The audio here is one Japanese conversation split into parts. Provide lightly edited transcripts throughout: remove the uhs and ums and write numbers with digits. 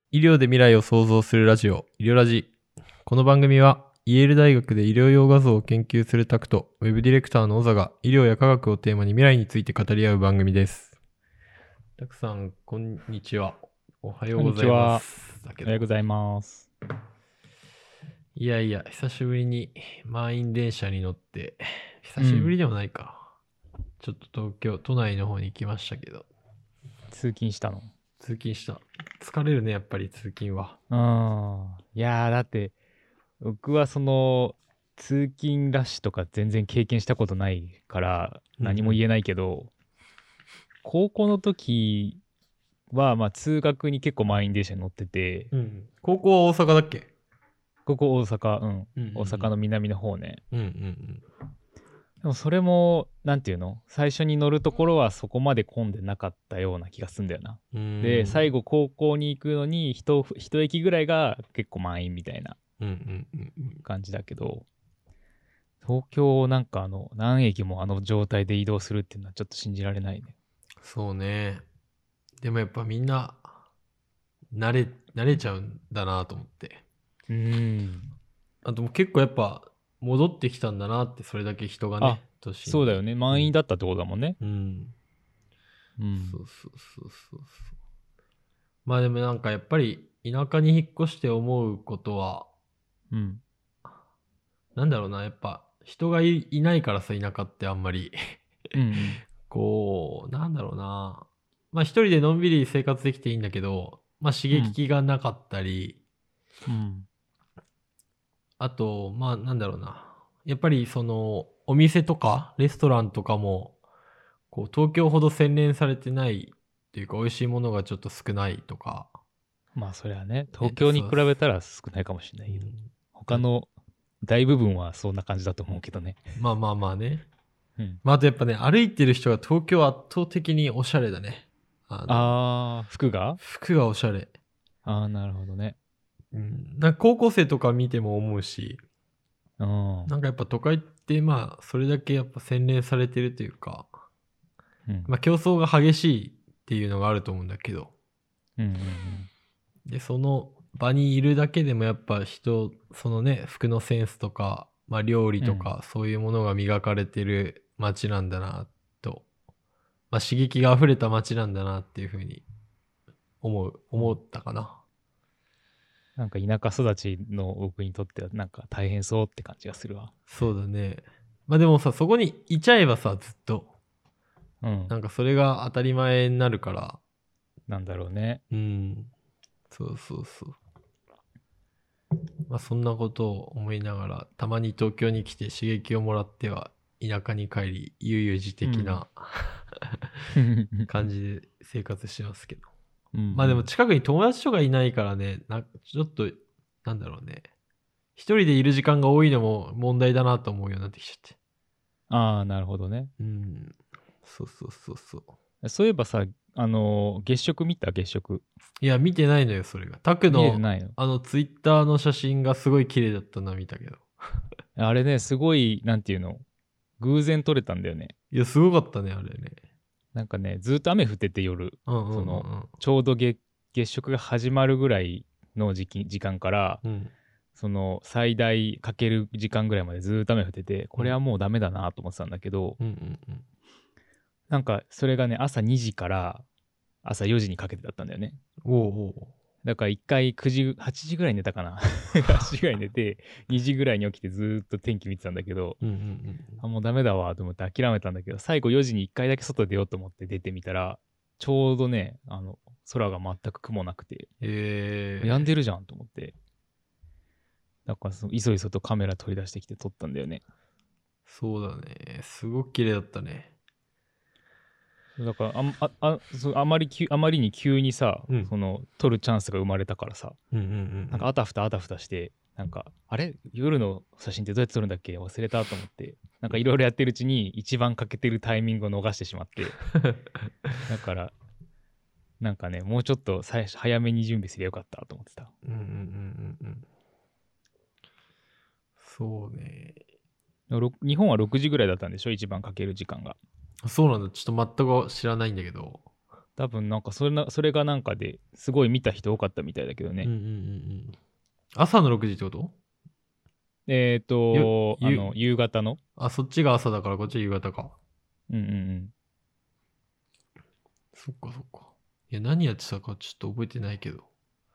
医療で未来を創造するラジオ、医療ラジ。この番組は、イェール大学で医療用画像を研究するタクト、ウェブディレクターの小座が医療や科学をテーマに未来について語り合う番組です。タクさん、こんにちは。おはようございます。 おはようございます。 いやいや、久しぶりに満員電車に乗って、久しぶりでもないか。ちょっと東京、都内の方に行きましたけど。 通勤したの？ 通勤した。疲れるね、やっぱり通勤は。 いやー、だって、僕は通勤ラッシュとか全然経験したことないから何も言えないけど、高校の時は、通学に結構満員電車に乗ってて、 高校は大阪だっけ？ ここ大阪、大阪の南の方ね。でもそれも、なんていうの？最初に乗るところはそこまで混んでなかったような気がすんだよな。で、最後高校に行くのに一駅ぐらいが結構満員みたいな感じだけど、東京なんか何駅もあの状態で移動するっていうのはちょっと信じられないね。 そうね。でもやっぱみんな慣れちゃうんだなと思って。あともう結構やっぱ戻ってきたんだなって、それだけ人がね、都心に。 そうだよね。満員だったってことだもんね。 そうそうそうそう。まあでもなんかやっぱり田舎に引っ越して思うことは、なんだろうな、やっぱ人がいないからさ、田舎ってあんまりこう、なんだろうな。まあ一人でのんびり生活できていいんだけど、まあ刺激がなかったり、あと、まあなんだろうな。やっぱりその、お店とか、レストランとかも、こう、東京ほど洗練されてないっていうか、美味しいものがちょっと少ないとか。 まあそれはね、東京に比べたら少ないかもしれないけど、他の大部分はそんな感じだと思うけどね。 まあね。まああとやっぱね、歩いてる人が東京は圧倒的におしゃれだね。 服がおしゃれ。 なるほどね。 なんか高校生とか見ても思うし、なんかやっぱ都会ってまあそれだけやっぱ洗練されてるというか、まあ競争が激しいっていうのがあると思うんだけど、でその場にいるだけでもやっぱそのね、服のセンスとか、まあ料理とか、そういうものが磨かれてる街なんだなと、まあ刺激が溢れた街なんだなっていうふうに思ったかな。 なんか田舎育ちの僕にとってはなんか大変そうって感じがするわ。 そうだね。まあでもさ、そこにいちゃえばさ、ずっと。なんかそれが当たり前になるから。 なんだろうね。 そうそうそう。まあそんなことを思いながら、たまに東京に来て刺激をもらっては、田舎に帰り、悠々自適な、感じで生活してますけど。まあでも近くに友達とかいないからね、ちょっと、なんだろうね。一人でいる時間が多いのも問題だなと思うようになってきちゃって。 なるほどね。 そうそうそうそう。 そういえばさ、月食見た？月食。 いや、見てないのよ、それが。タクの、 見てないの？ ツイッターの写真がすごい綺麗だったのは見たけど。 あれね、すごい、なんていうの、偶然撮れたんだよね。 いや、すごかったね、あれね。 なんかね、ずっと雨降ってて夜、ちょうど月食が始まるぐらいの時間から、最大かける時間ぐらいまでずっと雨降ってて、これはもうダメだなと思ってたんだけど、なんかそれがね、朝2時から朝4時にかけてだったんだよね。だから1回8時ぐらい寝たかな。8時ぐらい寝て、2時ぐらいに起きてずっと天気見てたんだけど、もうダメだわと思って諦めたんだけど、最後4時に1回だけ外出ようと思って出てみたら、ちょうどね、空が全く雲なくて、止んでるじゃんと思って。だからいそいそとカメラ取り出してきて撮ったんだよね。 そうだね。すごく綺麗だったね。 だからあまりに急にさ、撮るチャンスが生まれたからさ、なんかあたふたして、なんか、あれ夜の写真ってどうやって撮るんだっけ忘れたと思って、なんかいろいろやってるうちに一番欠けてるタイミングを逃してしまって、だから、なんかね、もうちょっと早めに準備すりゃよかったと思ってた。 そうね。 日本は6時ぐらいだったんでしょ？一番かける時間が。 そうなんだ。ちょっと全く知らないんだけど。 多分なんかそれがなんかですごい見た人多かったみたいだけどね。 朝の6時ってこと？ 夕方の。 そっちが朝だからこっちは夕方か。そっかそっか。いや、何やってたかちょっと覚えてないけど。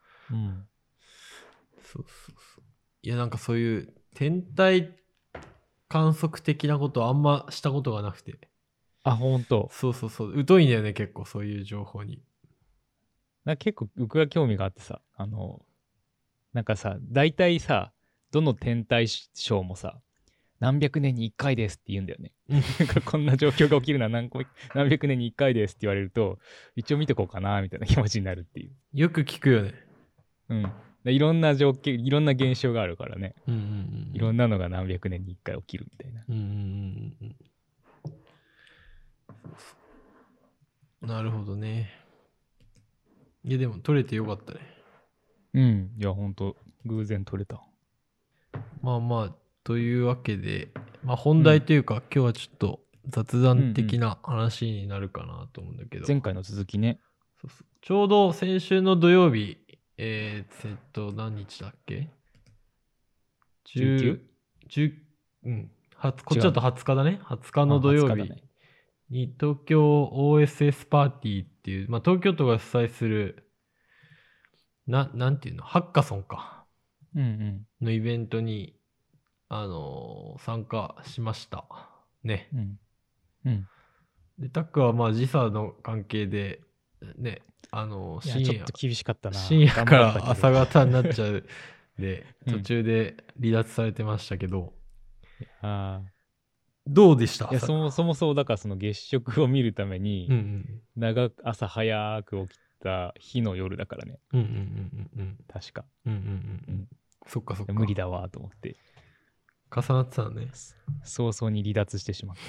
そう。いや、なんかそういう天体観測的なことあんましたことがなくて。 ほんと。 そう。疎いんだよね、結構そういう情報に。 結構僕が興味があってさ、なんかさ、大体さ、どの天体ショーもさ、何百年に1回ですって言うんだよね。なんかこんな状況が起きるのは何百年に1回ですって言われると、一応見てこうかなみたいな気持ちになるっていう。 よく聞くよね。 いろんな状況、いろんな現象があるからね。いろんなのが何百年に1回起きるみたいな。 なるほどね。いや、でも撮れてよかったね。 いや、ほんと、偶然撮れた。 まあ、というわけで、本題というか、今日はちょっと雑談的な話になるかなと思うんだけど。 前回の続きね。 ちょうど先週の土曜日、何日だっけ？ 19？ こっちだと20日だね。20日の土曜日に東京 OSS パーティーっていう、東京都が主催する、なんていうの？ハッカソンか。のイベントに、参加しました。ね。で、タックは時差の関係で、ね、 ちょっと厳しかったな。 深夜から朝方になっちゃうで、途中で離脱されてましたけど、どうでした？ いや、そもそもだからその月食を見るために、朝早く起きた日の夜だからね。確か。 そっか。 無理だわと思って。 重なってたのね。 早々に離脱してしまった。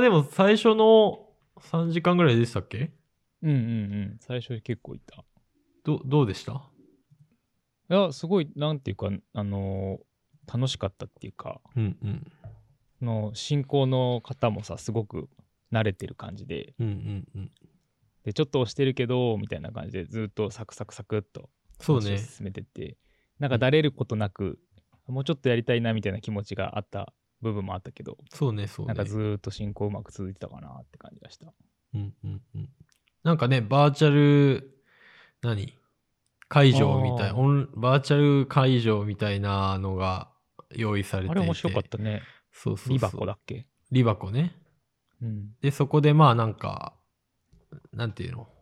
でも最初の3時間ぐらいでしたっけ？ 最初結構いた。 どうでした？ いや、すごい、なんていうか、楽しかったっていうか、進行の方もさ、すごく慣れてる感じで、で、ちょっと押してるけど、みたいな感じで、ずっとサクサクっと話を進めてて、なんかだれることなく、もうちょっとやりたいなみたいな気持ちがあった部分もあったけど、 そうね。 なんかずっと進行うまく続いてたかなって感じがした。 なんかね、バーチャル、会場みたい、バーチャル会場みたいなのが用意されていて。 あれ面白かったね。 そう。 リバコだっけ？ リバコね。で、そこでなんか、なんていうの？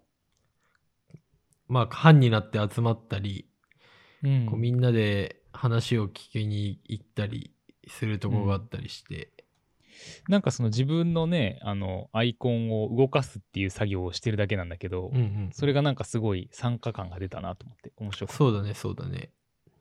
班になって集まったり、こうみんなで話を聞きに行ったりするとこがあったりして、 なんかその自分のね、アイコンを動かすっていう作業をしてるだけなんだけど、それがなんかすごい参加感が出たなと思って面白かった。 そうだね。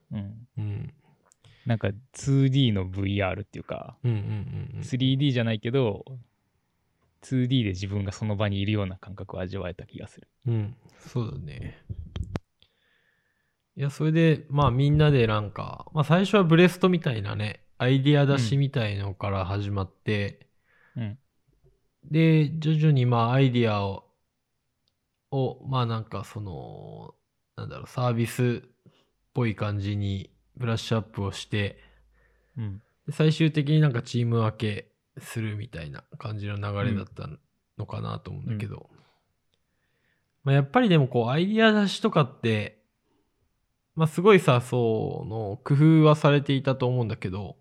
なんか 2D の VR っていうか、3D じゃないけど 2D で自分がその場にいるような感覚を味わえた気がする。 そうだね。いや、それでみんなでなんか、最初はブレストみたいなね、アイディア出しみたいのから始まって、で、徐々にアイディアをなんかその、サービスっぽい感じにブラッシュアップをして、で最終的になんかチーム分けするみたいな感じの流れだったのかなと思うんだけど、やっぱりでもこうアイディア出しとかって、すごいさ、その工夫はされていたと思うんだけど、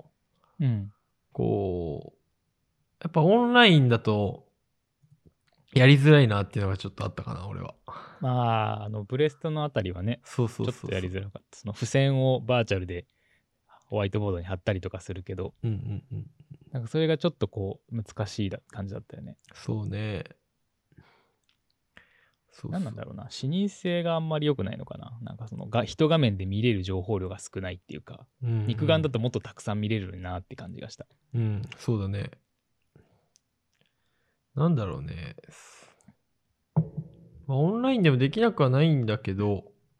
こう、やっぱオンラインだとやりづらいなっていうのがちょっとあったかな、俺は。 ブレストのあたりはね、ちょっとやりづらかった。その付箋をバーチャルでホワイトボードに貼ったりとかするけど、なんかそれがちょっとこう難しい感じだったよね。 そうね。 何なんだろうな、視認性があんまり良くないのかな。なんかその一画面で見れる情報量が少ないっていうか、肉眼だともっとたくさん見れるなって感じがした。 そうだね。なんだろうね。オンラインでもできなくはないんだけど、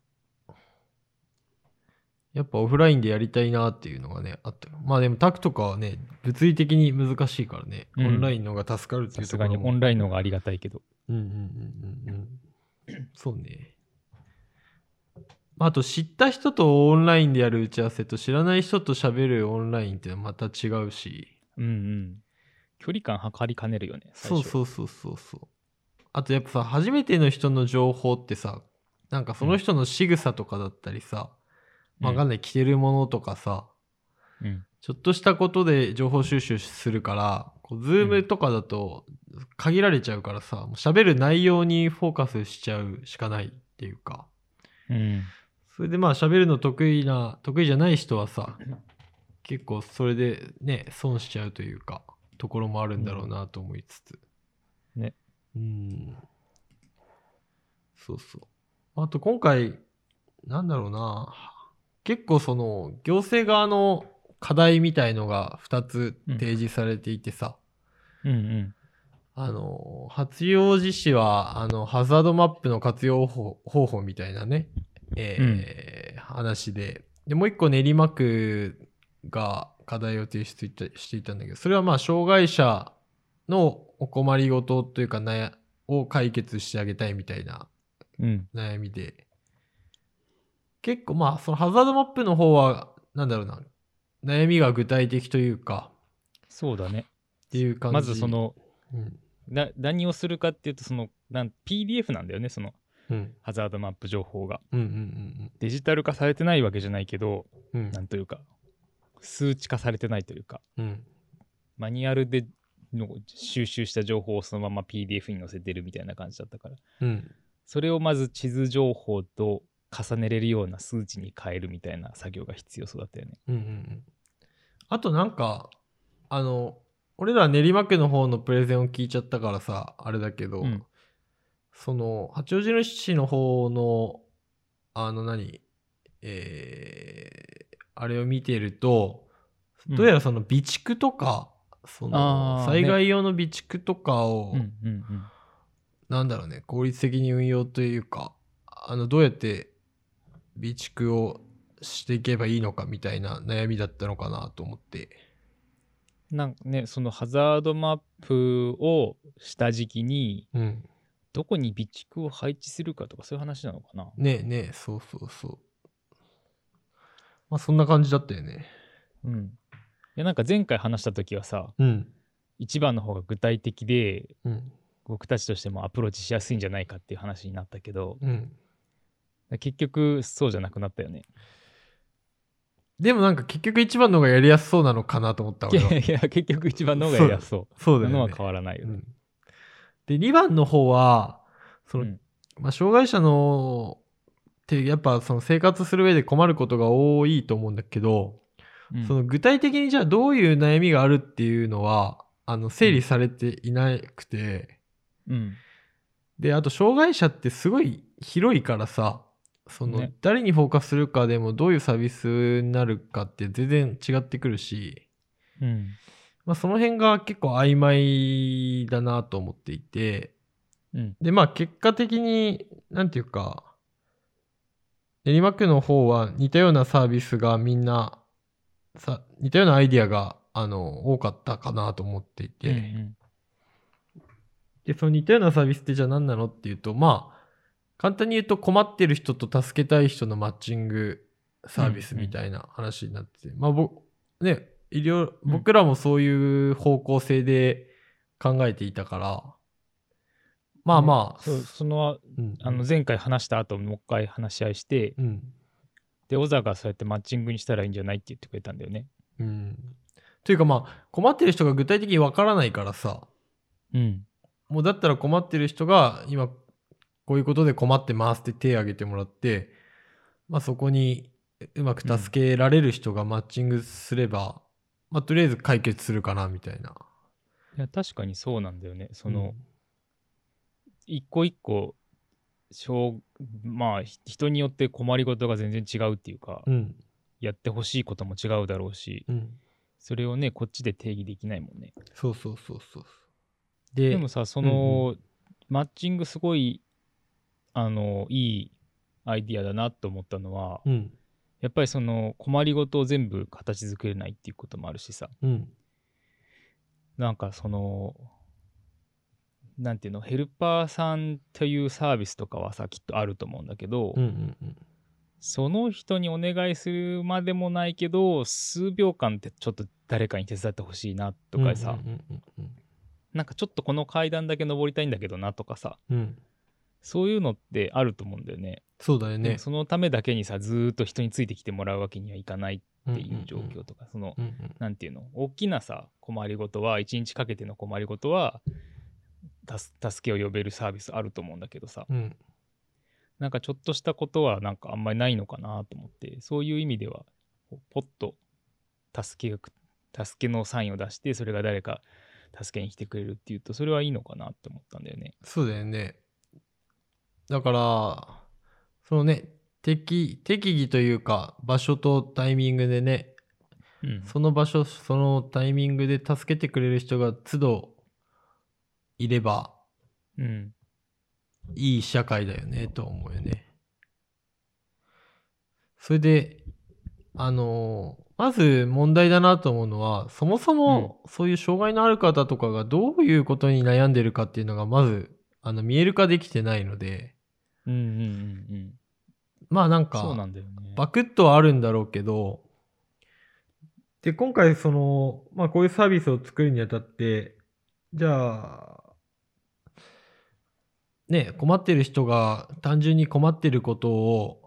やっぱオフラインでやりたいなっていうのがね、あったよ。でもタクとかはね、物理的に難しいからね、オンラインのが助かるっていうところも。 さすがにオンラインのがありがたいけど。 うんうんうんうんうん。そうね。あと知った人とオンラインでやる打ち合わせと知らない人と喋るオンラインってまた違うし。 うんうん。距離感測りかねるよね、最初。 そうそうそうそうそう。あとやっぱさ、初めての人の情報ってさ、なんかその人の仕草とかだったりさ、わかんない、着てるものとかさ、 うん、 ちょっとしたことで情報収集するから、こう、ズームとかだと限られちゃうからさ、もう喋る内容にフォーカスしちゃうしかないっていうか。 うん。 それでまあ喋るの得意じゃない人はさ、結構それでね、損しちゃうというか、ところもあるんだろうなと思いつつ。 ね。 そうそう。あと今回、なんだろうな、結構その行政側の課題みたいのが2つ提示されていてさ、 うんうん。 八王子市はハザードマップの活用方法みたいなね、話で、もう一個練馬区が課題を提出していたんだけど、それはまあ障害者のお困りごとというかを解決してあげたいみたいな悩みで、結構まあそのハザードマップの方はなんだろうな、悩みが具体的というか、 そうだね。 っていう感じ。 まずその、何をするかっていうと、そのPDF なんだよね、その、ハザードマップ情報が、デジタル化されてないわけじゃないけど、なんというか数値化されてないというか、マニュアルでの収集した情報をそのまま PDF に載せてるみたいな感じだったから、それをまず地図情報と重ねれるような数値に変えるみたいな作業が必要そうだったよね。 あとなんか俺ら練馬区の方のプレゼンを聞いちゃったからさあれだけど、その八王子市の方のあれを見てると、どうやらその備蓄とか、その災害用の備蓄とかを、なんだろうね、効率的に運用というか、どうやって備蓄をしていけばいいのかみたいな悩みだったのかなと思って。 なんかね、そのハザードマップをした時期に、どこに備蓄を配置するかとかそういう話なのかな。 ねえ、そうそうそう。まあそんな感じだったよね。 いやなんか前回話した時はさ、一番の方が具体的で、僕たちとしてもアプローチしやすいんじゃないかっていう話になったけど、結局そうじゃなくなったよね。 でもなんか結局一番の方がやりやすそうなのかなと思った俺は。 いや結局一番の方がやりやすそう。 そうだよね。 のは変わらないよね。 で2番の方はその、障害者のってやっぱその生活する上で困ることが多いと思うんだけど、その具体的にじゃあどういう悩みがあるっていうのは整理されていなくて、であと障害者ってすごい広いからさ、その誰にフォーカスするかでもどういうサービスになるかって全然違ってくるし、まあその辺が結構曖昧だなと思っていて、でまあ結果的になんていうか練馬区の方は似たようなサービスがみんな似たようなアイディアが多かったかなと思っていて、でその似たようなサービスってじゃあ何なのっていうと、まあ簡単に言うと困ってる人と助けたい人のマッチングサービスみたいな話になってて、まあ僕らもそういう方向性で考えていたから、まあまあ、 その前回話した後もう一回話し合いして、で小沢がそうやってマッチングにしたらいいんじゃないって言ってくれたんだよね。 というかまあ困ってる人が具体的にわからないからさ、もうだったら困ってる人が今こういうことで困ってますって手を挙げてもらって、まあそこにうまく助けられる人がマッチングすれば、まあとりあえず解決するかなみたいな。 いや確かにそうなんだよね。その、一個一個まあ人によって困りごとが全然違うっていうか、やってほしいことも違うだろうし、それをねこっちで定義できないもんね。 そうそうそうそう。 でもさ、その、マッチングすごいいいアイディアだなと思ったのは、やっぱりその困りごとを全部形作れないっていうこともあるしさ、なんかそのなんていうの、ヘルパーさんというサービスとかはさ、きっとあると思うんだけど、その人にお願いするまでもないけど、数秒間ってちょっと誰かに手伝ってほしいなとかさ、なんかちょっとこの階段だけ登りたいんだけどなとかさ、そういうのってあると思うんだよね。 そうだよね。 でもそのためだけにさ、ずーっと人についてきてもらうわけにはいかないっていう状況とか、その、なんていうの、大きなさ、困りごとは、1日かけての困りごとは、助けを呼べるサービスあると思うんだけどさ、なんかちょっとしたことはなんかあんまりないのかなと思って、そういう意味ではポッと助けのサインを出して、それが誰か助けに来てくれるっていうと、それはいいのかなって思ったんだよね。 そうだよね。だからそのね、適宜というか場所とタイミングでね、その場所そのタイミングで助けてくれる人が都度いれば、いい社会だよねと思うよね。それでまず問題だなと思うのは、そもそもそういう障害のある方とかがどういうことに悩んでるかっていうのがまず見える化できてないので、まあなんかバクッとはあるんだろうけど、で今回こういうサービスを作るにあたって、じゃあね、困ってる人が単純に困ってることを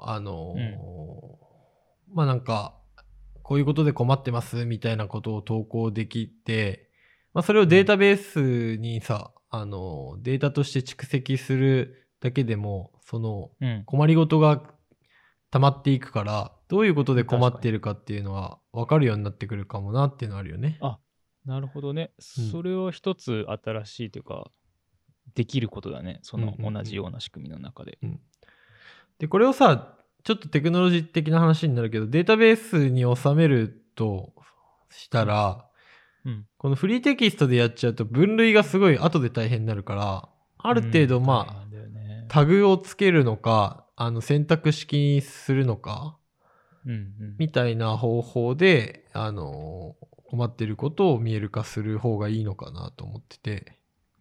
まあなんかこういうことで困ってますみたいなことを投稿できて、まあ、それをデータベースにさ、データとして蓄積するだけでも、その困りごとが溜まっていくから、どういうことで困ってるかっていうのは分かるようになってくるかもなっていうのはあるよね。 あ、なるほどね。それは一つ新しいというか、できることだね。その同じような仕組みの中で。 で、これをさ、ちょっとテクノロジー的な話になるけど、データベースに収めるとしたら、このフリーテキストでやっちゃうと分類がすごい後で大変になるから、ある程度まあ、タグをつけるのか、選択式にするのか、みたいな方法で、困ってることを見える化する方がいいのかなと思ってて。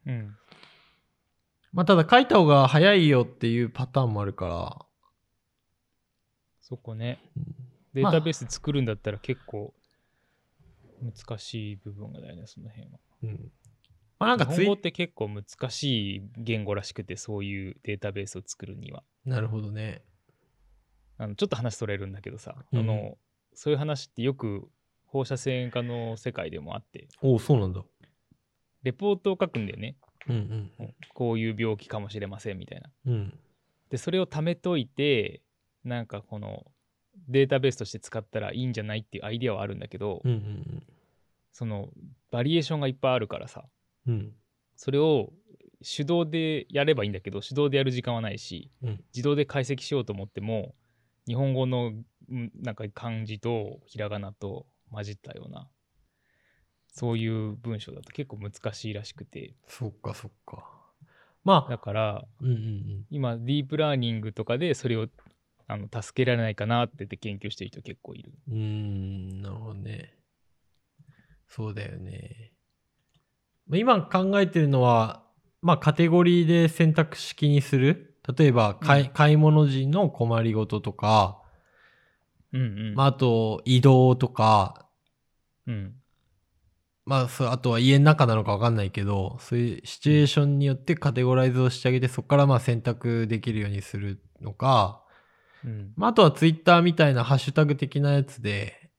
まあただ書いた方が早いよっていうパターンもあるから。 そこね。データベース作るんだったら結構難しい部分がだよね、その辺は。まあ、なんか日本語って結構難しい言語らしくて、そういうデータベースを作るには。 なるほどね。 ちょっと話それるんだけどさ、そういう話ってよく放射線科の世界でもあって。 そうなんだ。 レポートを書くんだよね。こういう病気かもしれませんみたいな。で、それを貯めといて、なんかこのデータベースとして使ったらいいんじゃないっていうアイディアはあるんだけど、そのバリエーションがいっぱいあるからさ、それを手動でやればいいんだけど、手動でやる時間はないし、自動で解析しようと思っても、日本語のなんか漢字とひらがなと混じったような、そういう文章だと結構難しいらしくて。 そっかそっか。まあだから、今ディープラーニングとかでそれを助けられないかなって言って研究してる人結構いる。 なるほどね。そうだよね。今考えてるのは、まあカテゴリーで選択式にする。例えば、買い物時の困りごととか、まああと移動とか、まああとは家の中なのか分かんないけど、そういうシチュエーションによってカテゴライズをしてあげて、そこからまあ選択できるようにするのか、まああとはツイッターみたいなハッシュタグ的なやつで、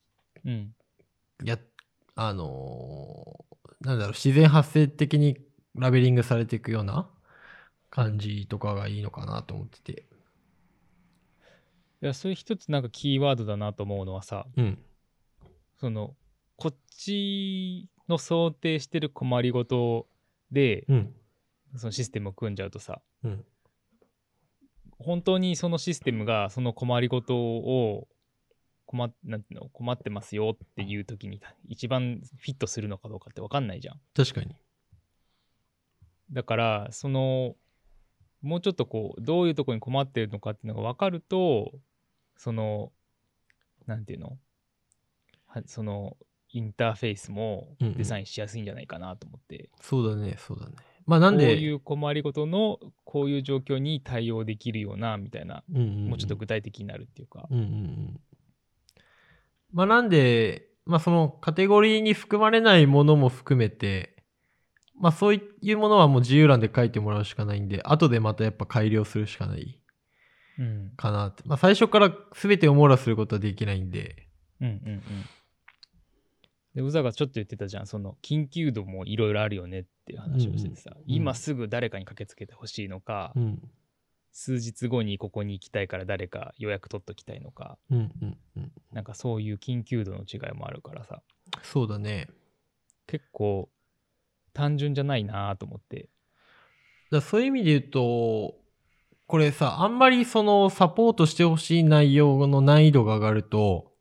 なんだろう、自然発生的にラベリングされていくような感じとかがいいのかなと思ってて。 いや、それ一つなんかキーワードだなと思うのはさ、その、こっちの想定してる困りごとで、そのシステムを組んじゃうとさ、本当にそのシステムがその困りごとをなんていうの、困ってますよっていう時に一番フィットするのかどうかって分かんないじゃん。 確かに。 だからもうちょっとこうどういうところに困ってるのかっていうのが分かると、なんていうの、そのインターフェースもデザインしやすいんじゃないかなと思って。 そうだね。 まあなんでこういう困りごとのこういう状況に対応できるようなみたいな、もうちょっと具体的になるっていうか、 まあなんで、まあそのカテゴリーに含まれないものも含めて、まあそういうものはもう自由欄で書いてもらうしかないんで、後でまたやっぱ改良するしかないかなって。まあ最初から全てを網羅することはできないんで。 で、宇佐がちょっと言ってたじゃん、その緊急度もいろいろあるよねっていう話をしててさ、今すぐ誰かに駆けつけてほしいのか、数日後にここに行きたいから誰か予約取っときたいのか、なんかそういう緊急度の違いもあるからさ。 そうだね。 結構単純じゃないなと思って。 そういう意味で言うと、これさ、あんまりそのサポートしてほしい内容の難易度が上がると、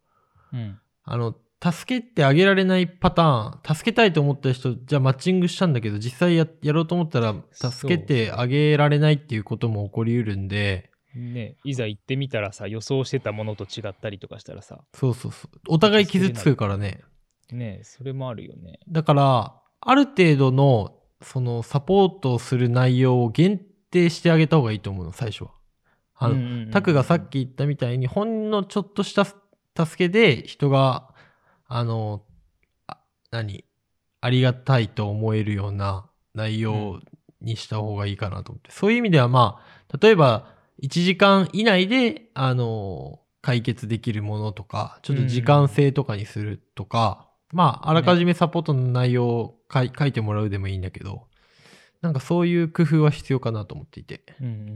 助けてあげられないパターン、助けたいと思った人、じゃあマッチングしたんだけど、実際やろうと思ったら、助けてあげられないっていうことも起こりうるんで、 ね、いざ行ってみたらさ、予想してたものと違ったりとかしたらさ。 そう。お互い傷つくからね。 ね、それもあるよね。 だから、ある程度の、そのサポートをする内容を限定してあげた方がいいと思うの、最初は。タクがさっき言ったみたいに、ほんのちょっとした助けで人が、ありがたいと思えるような内容にした方がいいかなと思って。そういう意味ではまあ、例えば1時間以内で、解決できるものとか、ちょっと時間制とかにするとか、まあ、あらかじめサポートの内容を書いてもらうでもいいんだけど、なんかそういう工夫は必要かなと思っていて。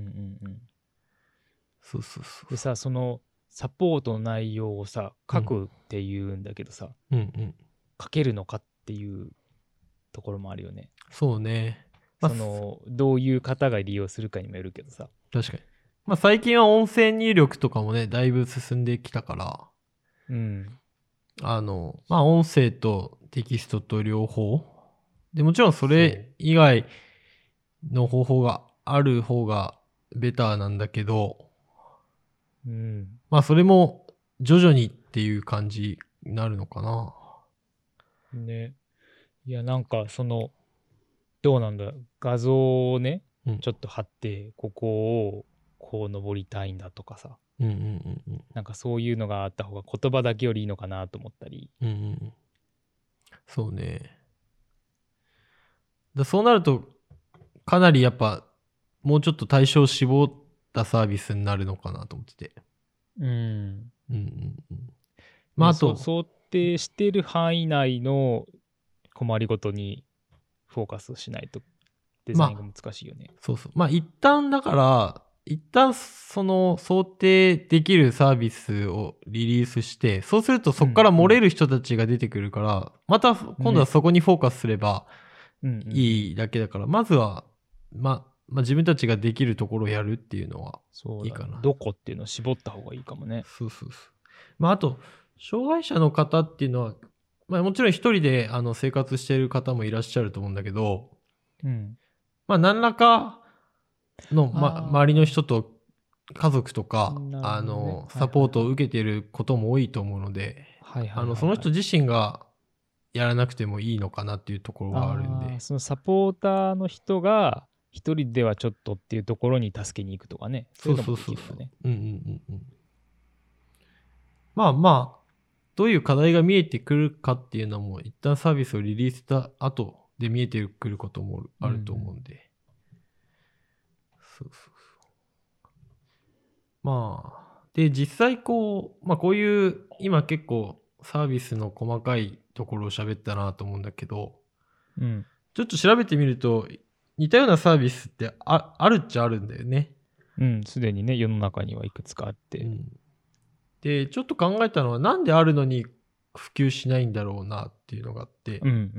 そう。 でさ、そのサポートの内容をさ、書くっていうんだけどさ、書けるのかっていうところもあるよね。 そうね。 そのどういう方が利用するかにもよるけどさ。 確かに。まあ最近は音声入力とかもね、だいぶ進んできたから、まあ音声とテキストと両方。で、もちろんそれ以外の方法がある方がベターなんだけど、まあそれも徐々にっていう感じになるのかな。 ね。いや、なんかその、どうなんだ、画像をね、ちょっと貼って、ここをこう登りたいんだとかさ。なんかそういうのがあった方が言葉だけよりいいのかなと思ったり。 そうね。そうなると、かなりやっぱ、もうちょっと対象を絞ったサービスになるのかなと思ってて。 まあ、あと、想定している範囲内の困りごとにフォーカスしないとデザインが難しいよね。 そう。まあ、一旦その想定できるサービスをリリースして、そうするとそこから漏れる人たちが出てくるから、また今度はそこにフォーカスすればいいだけだから、まずは、まあ自分たちができるところをやるっていうのはいいかな。 どこっていうのを絞った方がいいかもね。 そう。まああと、障害者の方っていうのは、まあもちろん一人で生活している方もいらっしゃると思うんだけど、まあ何らかの、周りの人と家族とか、サポートを受けていることも多いと思うので、その人自身がやらなくてもいいのかなっていうところはあるんで。 そのサポーターの人が一人ではちょっとっていうところに助けに行くとかね。そういうのもできるよね。 まあ、どういう課題が見えてくるかっていうのも、一旦サービスをリリースした後で見えてくることもあると思うんで。そう。まあ、で、実際こういう、今結構サービスの細かいところを喋ったなと思うんだけど、ちょっと調べてみると、似たようなサービスってあるっちゃあるんだよね。 すでにね、世の中にはいくつかあって。 で、ちょっと考えたのは、なんであるのに普及しないんだろうなっていうのがあって。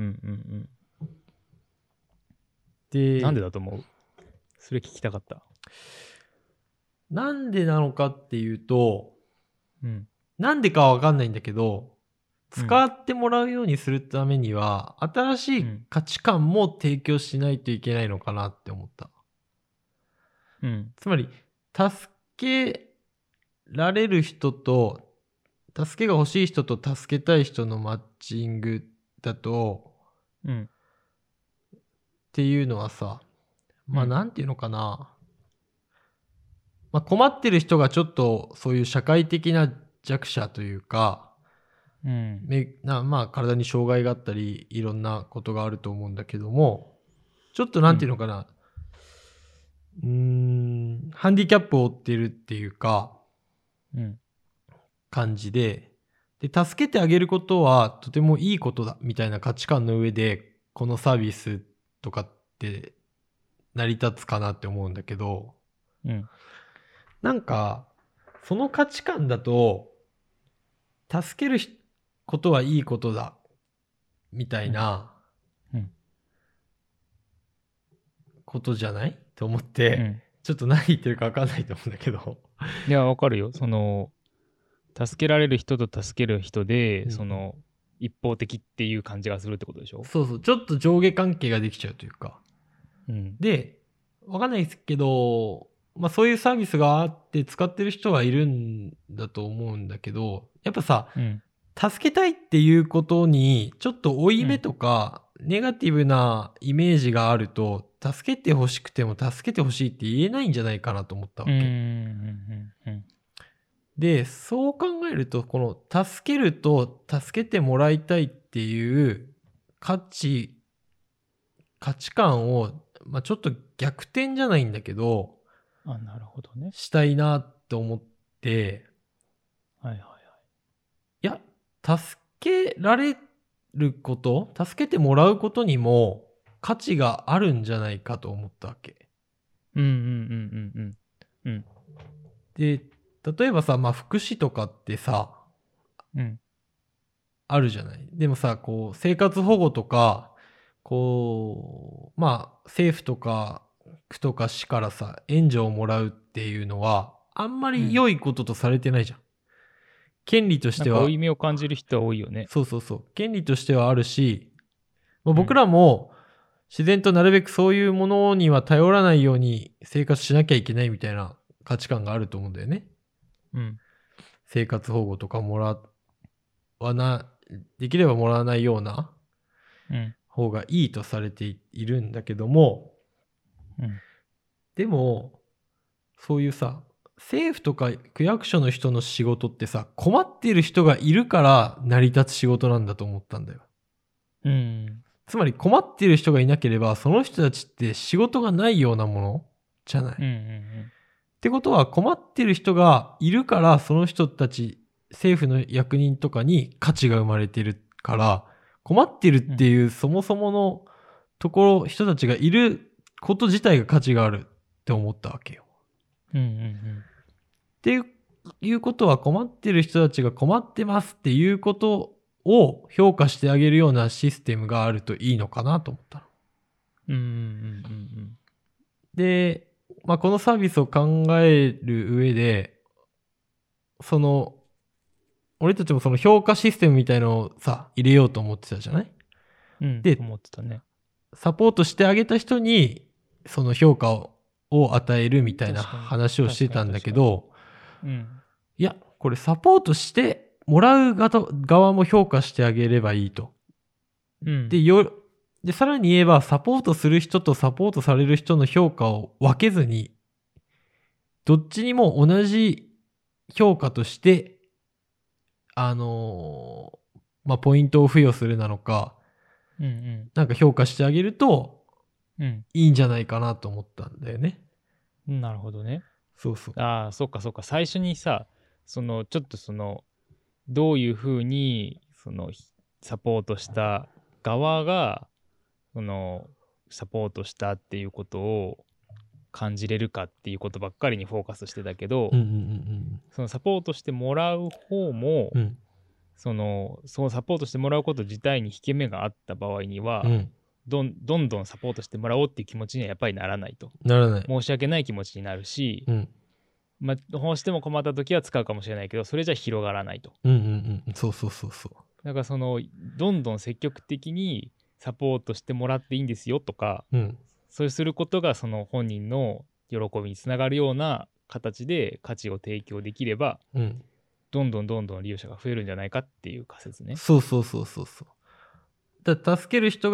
で、なんでだと思う？それ聞きたかった。 なんでなのかっていうと、なんでかはわかんないんだけど、使ってもらうようにするためには、新しい価値観も提供しないといけないのかなって思った。つまり、助けられる人と、助けが欲しい人と助けたい人のマッチングだと、 っていうのはさ、なんていうのかな、困ってる人がちょっとそういう社会的な弱者というか、体に障害があったりいろんなことがあると思うんだけども、ちょっとなんていうのかな、ハンディキャップを負っているっていうか、感じで、助けてあげることはとてもいいことだみたいな価値観の上でこのサービスとかって成り立つかなって思うんだけど、なんかその価値観だと助けることはいいことだみたいなことじゃないと思って、ちょっと何言ってるか分かんないと思うんだけど。 いや分かるよ。その助けられる人と助ける人で、その一方的っていう感じがするってことでしょ。 そうそう、ちょっと上下関係ができちゃうというか、で分かんないですけど、そういうサービスがあって使ってる人はいるんだと思うんだけど、やっぱさ、助けたいっていうことにちょっと負い目とか、ネガティブなイメージがあると、助けてほしくても助けてほしいって言えないんじゃないかなと思ったわけ。で、そう考えると、この助けると助けてもらいたいっていう価値観を、ちょっと逆転じゃないんだけど、 なるほどね。 したいなって思って、いや、助けられること、助けてもらうことにも価値があるんじゃないかと思ったわけ。で、例えばさ、福祉とかってさ、あるじゃない。でもさ、こう生活保護とか、こう政府とか区とか市からさ援助をもらうっていうのはあんまり良いこととされてないじゃん。権利としては。 負い目を感じる人は多いよね。 そうそうそう。権利としてはあるし、僕らも自然となるべくそういうものには頼らないように生活しなきゃいけないみたいな価値観があると思うんだよね。生活保護とかできればもらわないような方がいいとされているんだけども、でもそういうさ、政府とか区役所の人の仕事ってさ、困っている人がいるから成り立つ仕事なんだと思ったんだよ。つまり困っている人がいなければその人たちって仕事がないようなものじゃない。ってことは困っている人がいるからその人たち政府の役人とかに価値が生まれているから、困ってるっていうそもそもの人たちがいること自体が価値があるって思ったわけよ。っていうことは、困ってる人たちが困ってますっていうことを評価してあげるようなシステムがあるといいのかなと思ったの。で、このサービスを考える上で、俺たちもその評価システムみたいのをさ、入れようと思ってたじゃない？ で、思ってたね。 サポートしてあげた人に、その評価を与えるみたいな話をしてたんだけど、いや、これサポートしてもらう側も評価してあげればいいと。で、さらに言えば、サポートする人とサポートされる人の評価を分けずに、どっちにも同じ評価として、ポイントを付与するなのか、なんか評価してあげると、いいんじゃないかなと思ったんだよね。 なるほどね。 そうそう。 そうかそうか。最初にさ、ちょっとどういうふうにサポートした側がサポートしたっていうことを感じれるかっていうことばっかりにフォーカスしてたけど、そのサポートしてもらう方も、そのサポートしてもらうこと自体に引け目があった場合には、どんどんサポートしてもらおうっていう気持ちにはやっぱりならないと。 ならない。 申し訳ない気持ちになるし、どうしても困った時は使うかもしれないけど、それじゃ広がらないと。 そうそうそうそう。 だからどんどん積極的にサポートしてもらっていいんですよとか、そうすることがその本人の喜びにつながるような形で価値を提供できれば、どんどん利用者が増えるんじゃないかっていう仮説ね。 そう。だ助ける人が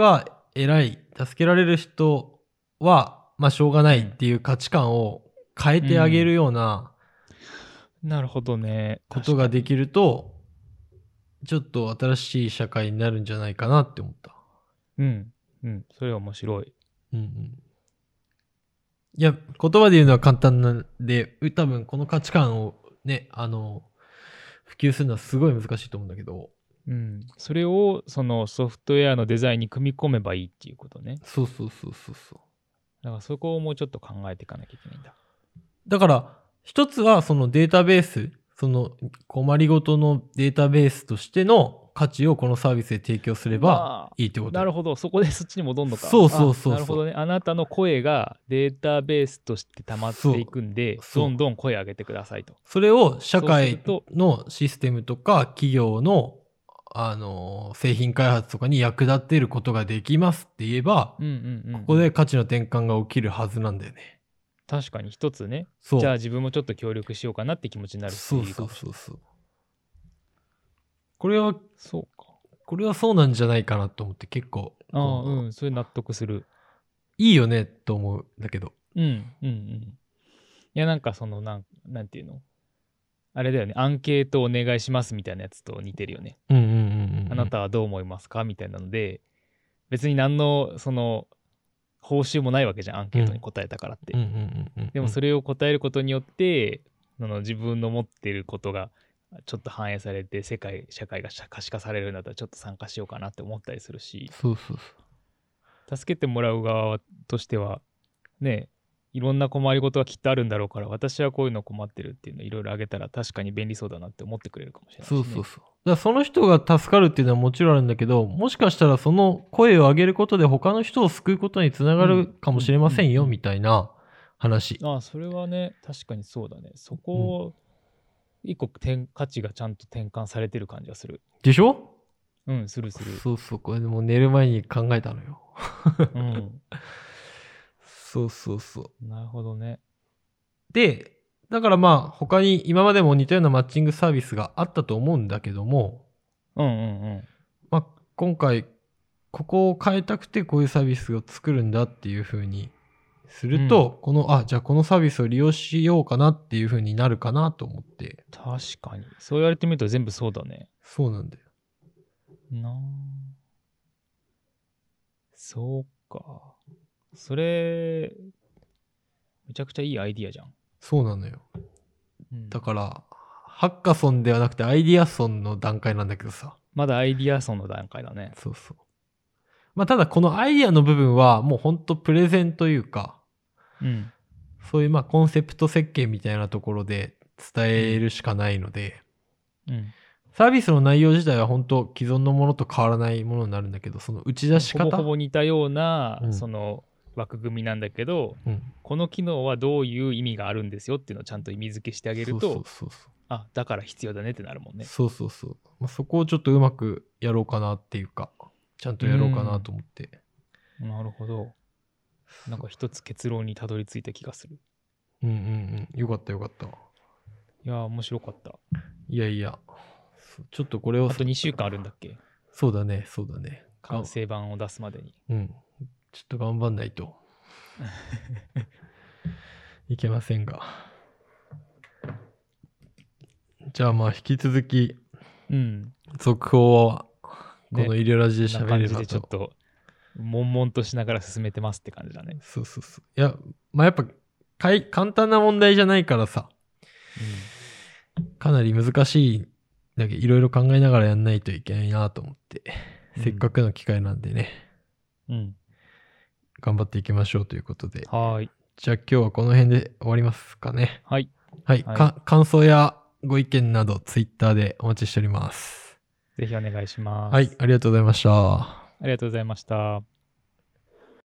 偉い、助けられる人は、まあしょうがないっていう価値観を変えてあげるような、 なるほどね。 ことができると、ちょっと新しい社会になるんじゃないかなって思った。 うん。うん。それは面白い。 うんうん。いや、言葉で言うのは簡単なんで、多分この価値観をね、普及するのはすごい難しいと思うんだけど。 うん。それを、そのソフトウェアのデザインに組み込めばいいっていうことね。 そうそうそうそうそう。 だからそこをもうちょっと考えていかなきゃいけないんだ。 だから、一つはそのデータベース、その困りごとのデータベースとしての価値をこのサービスで提供すればいいってことだ。 なるほど。そこでそっちに戻るのか。 そうそうそうそう。 なるほどね。あなたの声がデータベースとして溜まっていくんで、どんどん声上げてくださいと。 それを社会のシステムとか企業の製品開発とかに役立てることができますって言えば、ここで価値の転換が起きるはずなんだよね。 確かに一つね。じゃあ自分もちょっと協力しようかなって気持ちになるっていうかもしれない。そう。 これはそうなんじゃないかなと思って結構。 それ納得する。 いいよねと思うんだけど。 いや、なんかそのなんていうの、あれだよね、アンケートお願いしますみたいなやつと似てるよね。あなたはどう思いますかみたいなので、別に何のその報酬もないわけじゃん、アンケートに答えたからって。でもそれを答えることによって自分の持っていることがちょっと反映されて社会が可視化されるんだったらちょっと参加しようかなって思ったりするし、助けてもらう側としてはね、いろんな困りごとがきっとあるんだろうから、私はこういうの困ってるっていうのをいろいろあげたら確かに便利そうだなって思ってくれるかもしれないし、ね。 そう。だからその人が助かるっていうのはもちろんあるんだけど、もしかしたらその声を上げることで他の人を救うことにつながるかもしれませんよみたいな話。 それはね、確かにそうだね。そこを一個価値がちゃんと転換されてる感じがする。 でしょ？ する。 そう、これでも寝る前に考えたのよ。そう。 なるほどね。 で、だからまあ他に今までも似たようなマッチングサービスがあったと思うんだけども、まあ今回ここを変えたくてこういうサービスを作るんだっていう風にすると、じゃあこのサービスを利用しようかなっていう風になるかなと思って。 確かに。そう言われてみると全部そうだね。 そうなんだよ。 そうか。それ、めちゃくちゃいいアイディアじゃん。そうなのよ。だから、ハッカソンではなくてアイディアソンの段階なんだけどさ。 まだアイディアソンの段階だね。 そう。まあただこのアイディアの部分はもうほんとプレゼンというか、そういうまあコンセプト設計みたいなところで伝えるしかないので、サービスの内容自体は本当既存のものと変わらないものになるんだけど、その打ち出し方ほぼ似たような、その枠組みなんだけど、この機能はどういう意味があるんですよっていうのをちゃんと意味付けしてあげると、だから必要だねってなるもんね。そう。 まあ、そこをちょっとうまくやろうかなっていうか、ちゃんとやろうかなと思って。 なるほど。なんか一つ結論にたどり着いた気がする。 よかった。いや、面白かった。 いや。ちょっとこれを。 あと2週間あるんだっけ？ そうだね。 完成版を出すまでに。 ちょっと頑張んないといけませんが。じゃあまあ引き続き、続報はこの医療ラジで喋ればと、 ね、ちょっと悶々としながら進めてますって感じだね。 そう。いや、まあやっぱ簡単な問題じゃないからさ、かなり難しいだけどいろいろ考えながらやんないといけないなと思って、せっかくの機会なんでね、頑張っていきましょうということで。 はい。 じゃあ今日はこの辺で終わりますかね。 はい。 感想やご意見などツイッターでお待ちしております。 ぜひお願いします。 はい、ありがとうございました。 ありがとうございました。